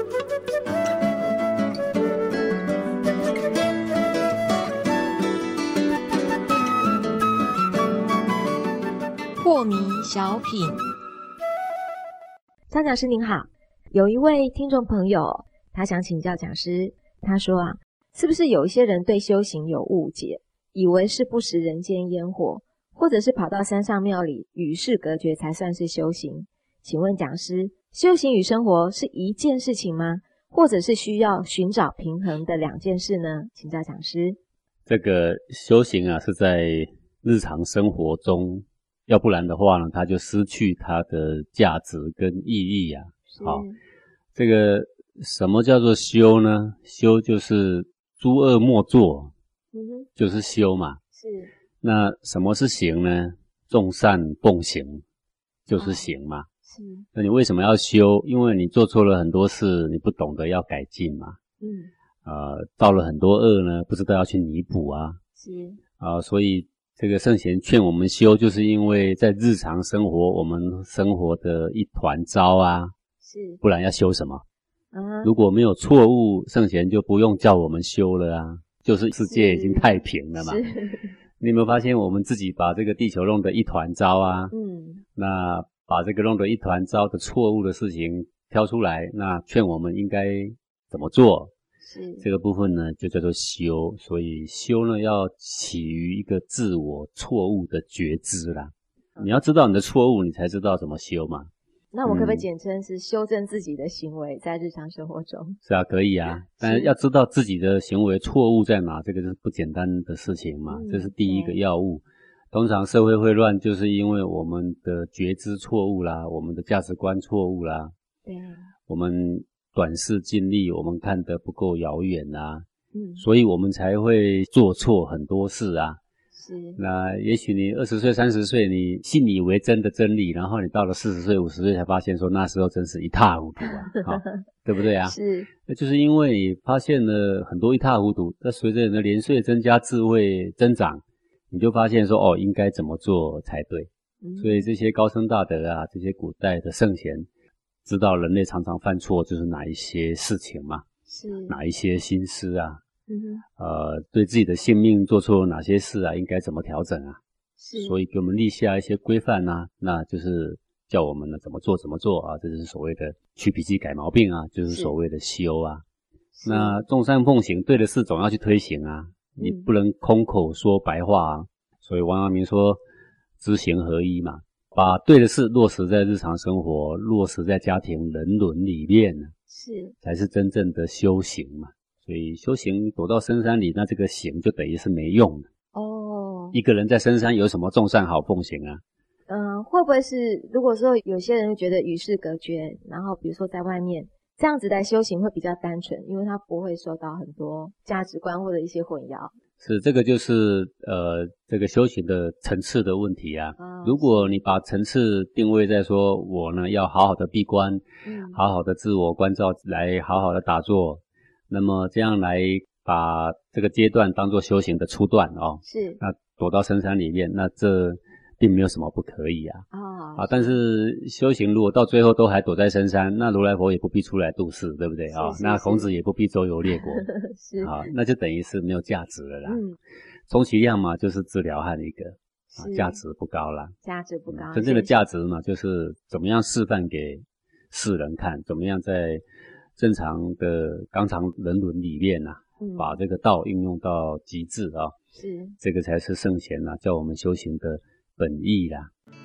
破迷小品。张讲师您好，有一位听众朋友，他想请教讲师，他说是不是有一些人对修行有误解，以为是不食人间烟火，或者是跑到山上庙里与世隔绝才算是修行？请问讲师，修行与生活是一件事情吗？或者是需要寻找平衡的两件事呢？请教讲师。 这个修行是在日常生活中，要不然的话呢，它就失去它的价值跟意义好，这个什么叫做修呢？修就是诸恶莫作，就是修嘛。 是。那什么是行呢？众善奉行，就是行嘛。 是。 那你为什么要修？因为你做错了很多事，你不懂得要改进嘛。造了很多恶呢，不知道要去弥补是。所以这个圣贤劝我们修，就是因为在日常生活，我们生活的一团糟是，不然要修什么？如果没有错误，圣贤就不用叫我们修了就是世界已经太平了嘛。你有没有发现我们自己把这个地球弄得一团糟那把这个弄得一团糟的错误的事情挑出来，那劝我们应该怎么做？是，这个部分呢就叫做修。所以修呢要起于一个自我错误的觉知啦。你要知道你的错误，你才知道怎么修嘛。 那我可不可以简称是修正自己的行为在日常生活中？ 是可以但是要知道自己的行为错误在哪，这个是不简单的事情嘛。这是第一个要务。通常社会会乱，就是因为我们的觉知错误啦，我们的价值观错误啦。对，我们短视近利，我们看得不够遥远所以我们才会做错很多事是。那也许你20岁30岁你信以为真的真理，然后你到了40岁50岁才发现说那时候真是一塌糊涂对不对是。那就是因为你发现了很多一塌糊涂，那随着你的年岁增加，智慧增长，你就发现说应该怎么做才对。所以这些高僧大德这些古代的圣贤知道人类常常犯错就是哪一些事情嘛，是哪一些心思对自己的性命做错哪些事应该怎么调整是。所以给我们立下一些规范那就是叫我们呢怎么做这是所谓的去脾气改毛病就是所谓的修那众善奉行，对的事总要去推行你不能空口说白话所以王阳明说知行合一嘛，把对的事落实在日常生活，落实在家庭人伦里面是，才是真正的修行嘛。所以修行躲到深山里，那这个行就等于是没用的一个人在深山有什么众善好奉行会不会是如果说有些人觉得与世隔绝，然后比如说在外面这样子来修行会比较单纯，因为他不会受到很多价值观或者一些混淆。 是，这个就是这个修行的层次的问题如果你把层次定位在说我呢要好好的闭关好好的自我关照，来好好的打坐，那么这样来把这个阶段当作修行的初段是。那躲到深山里面，那这并没有什么不可以但是修行如果到最后都还躲在深山，那如来佛也不必出来度世，对不对那孔子也不必周游列国是那就等于是没有价值了啦充其量嘛就是治疗和一个价值不高啦， 价值不高。 真正的价值嘛就是怎么样示范给世人看，怎么样在正常的纲常人伦里面把这个道应用到极致是，这个才是圣贤叫我们修行的本意啦。